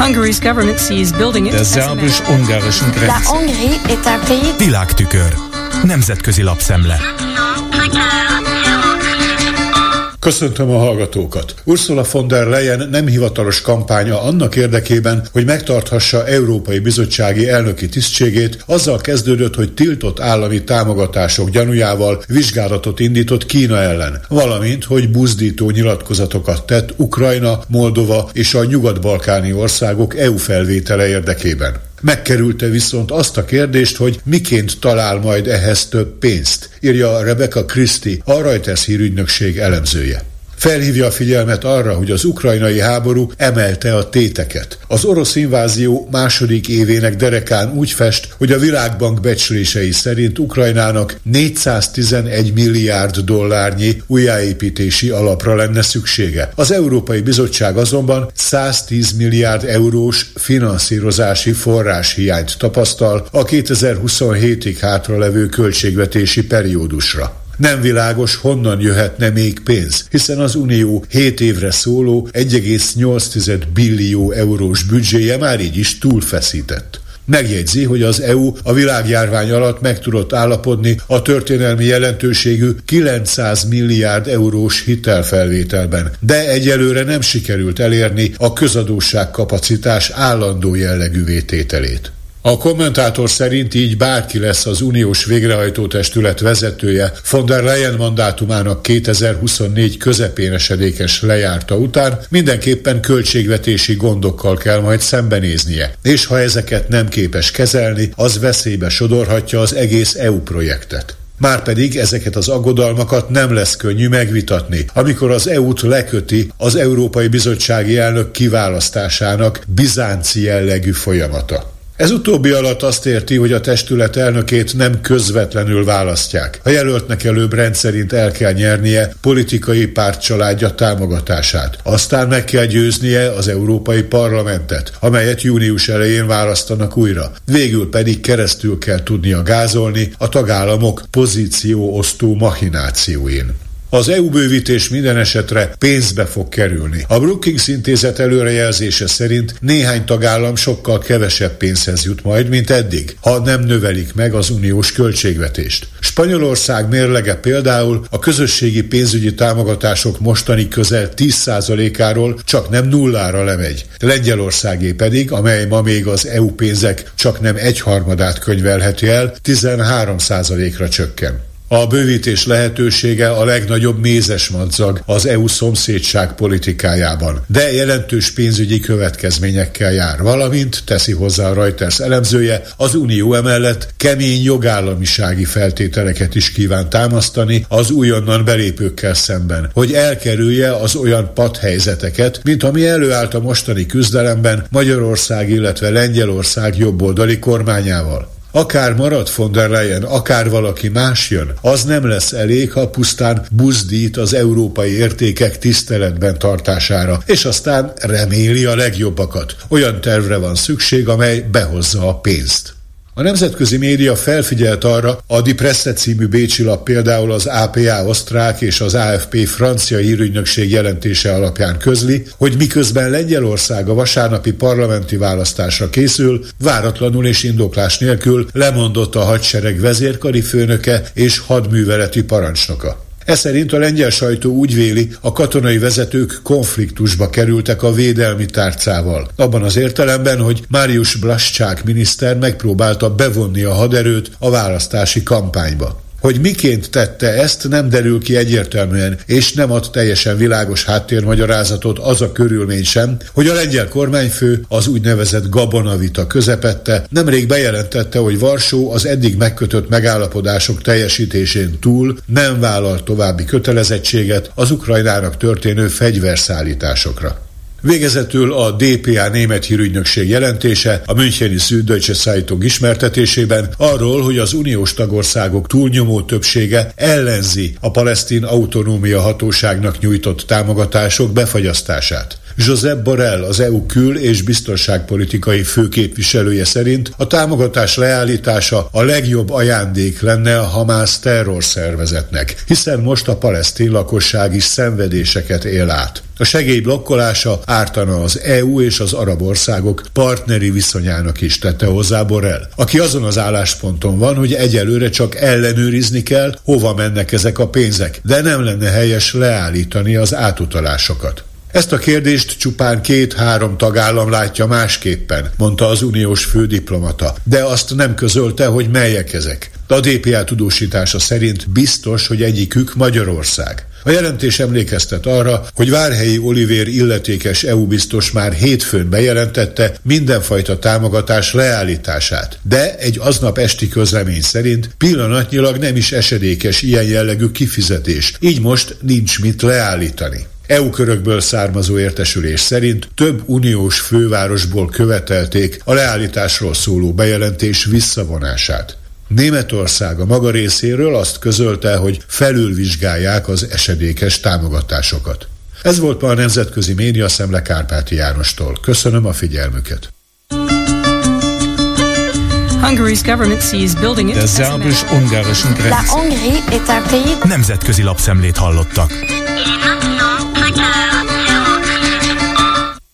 Der szerbus-ungarischen Grenze. La Hongrie est un pays. Világtükör. Nemzetközi lapszemle. Köszöntöm a hallgatókat! Ursula von der Leyen nem hivatalos kampánya annak érdekében, hogy megtarthassa Európai Bizottsági elnöki tisztségét, azzal kezdődött, hogy tiltott állami támogatások gyanújával vizsgálatot indított Kína ellen, valamint, hogy buzdító nyilatkozatokat tett Ukrajna, Moldova és a nyugat-balkáni országok EU felvétele érdekében. Megkerülte viszont azt a kérdést, hogy miként talál majd ehhez több pénzt, írja Rebecca Christie, a Reuters hírügynökség elemzője. Felhívja a figyelmet arra, hogy az ukrajnai háború emelte a téteket. Az orosz invázió második évének derekán úgy fest, hogy a Világbank becslései szerint Ukrajnának 411 milliárd dollárnyi újjáépítési alapra lenne szüksége. Az Európai Bizottság azonban 110 milliárd eurós finanszírozási forráshiányt tapasztal a 2027-ig hátralevő költségvetési periódusra. Nem világos, honnan jöhetne még pénz, hiszen az Unió 7 évre szóló 1,8 billió eurós büdzséje már így is túlfeszített. Megjegyzi, hogy az EU a világjárvány alatt meg tudott állapodni a történelmi jelentőségű 900 milliárd eurós hitelfelvételben, de egyelőre nem sikerült elérni a közadósság kapacitás állandó jellegűvé tételét. A kommentátor szerint így bárki lesz az uniós végrehajtótestület vezetője, von der Leyen mandátumának 2024 közepén esedékes lejárta után mindenképpen költségvetési gondokkal kell majd szembenéznie, és ha ezeket nem képes kezelni, az veszélybe sodorhatja az egész EU projektet. Márpedig ezeket az aggodalmakat nem lesz könnyű megvitatni, amikor az EU-t leköti az Európai Bizottsági elnök kiválasztásának bizánci jellegű folyamata. Ez utóbbi alatt azt érti, hogy a testület elnökét nem közvetlenül választják. A jelöltnek előbb rendszerint el kell nyernie politikai pártcsaládja támogatását. Aztán meg kell győznie az Európai Parlamentet, amelyet június elején választanak újra. Végül pedig keresztül kell tudnia gázolni a tagállamok pozícióosztó machinációin. Az EU bővítés minden esetre pénzbe fog kerülni. A Brookings Intézet előrejelzése szerint néhány tagállam sokkal kevesebb pénzhez jut majd, mint eddig, ha nem növelik meg az uniós költségvetést. Spanyolország mérlege például a közösségi pénzügyi támogatások mostani közel 10%-áról csak nem nullára lemegy. Lengyelországé pedig, amely ma még az EU pénzek csak nem 1/3 könyvelheti el, 13%-ra csökken. A bővítés lehetősége a legnagyobb mézesmadzag az EU szomszédság politikájában, de jelentős pénzügyi következményekkel jár, valamint, teszi hozzá a Reuters elemzője, az Unió emellett kemény jogállamisági feltételeket is kíván támasztani az újonnan belépőkkel szemben, hogy elkerülje az olyan patthelyzeteket, mint ami előállt a mostani küzdelemben Magyarország, illetve Lengyelország jobboldali kormányával. Akár marad von der Leyen, akár valaki más jön, az nem lesz elég, ha pusztán buzdít az európai értékek tiszteletben tartására, és aztán reméli a legjobbakat. Olyan tervre van szükség, amely behozza a pénzt. A nemzetközi média felfigyelt arra, a Die Presse című bécsi lap például az APA osztrák és az AFP francia hírügynökség jelentése alapján közli, hogy miközben Lengyelország a vasárnapi parlamenti választásra készül, váratlanul és indoklás nélkül lemondott a hadsereg vezérkari főnöke és hadműveleti parancsnoka. Ez szerint a lengyel sajtó úgy véli, a katonai vezetők konfliktusba kerültek a védelmi tárcával. Abban az értelemben, hogy Mariusz Blaszczák miniszter megpróbálta bevonni a haderőt a választási kampányba. Hogy miként tette ezt, nem derül ki egyértelműen, és nem ad teljesen világos háttérmagyarázatot az a körülmény sem, hogy a lengyel kormányfő az úgynevezett gabonavita közepette nemrég bejelentette, hogy Varsó az eddig megkötött megállapodások teljesítésén túl nem vállal további kötelezettséget az Ukrajnának történő fegyverszállításokra. Végezetül a DPA német hírügynökség jelentése a müncheni Süddeutsche Zeitung ismertetésében arról, hogy az uniós tagországok túlnyomó többsége ellenzi a palesztin autonómia hatóságnak nyújtott támogatások befagyasztását. Josep Borrell, az EU kül- és biztonságpolitikai főképviselője szerint a támogatás leállítása a legjobb ajándék lenne a Hamász terrorszervezetnek, hiszen most a palesztin lakosság is szenvedéseket él át. A segély blokkolása ártana az EU és az arab országok partneri viszonyának is, tette hozzá Borrell, aki azon az állásponton van, hogy egyelőre csak ellenőrizni kell, hova mennek ezek a pénzek, de nem lenne helyes leállítani az átutalásokat. Ezt a kérdést csupán 2-3 tagállam látja másképpen, mondta az uniós fődiplomata, de azt nem közölte, hogy melyek ezek. A DPA tudósítása szerint biztos, hogy egyikük Magyarország. A jelentés emlékeztet arra, hogy Várhelyi Olivér illetékes EU biztos már hétfőn bejelentette mindenfajta támogatás leállítását, de egy aznap esti közlemény szerint pillanatnyilag nem is esedékes ilyen jellegű kifizetés, így most nincs mit leállítani. EU körökből származó értesülés szerint több uniós fővárosból követelték a leállításról szóló bejelentés visszavonását. Németország a maga részéről azt közölte, hogy felülvizsgálják az esedékes támogatásokat. Ez volt ma a Nemzetközi Média Szemle Kárpáti Jánostól. Köszönöm a figyelmüket. Der szerbus-ungarischen Grenze. Nemzetközi lapszemlét hallottak.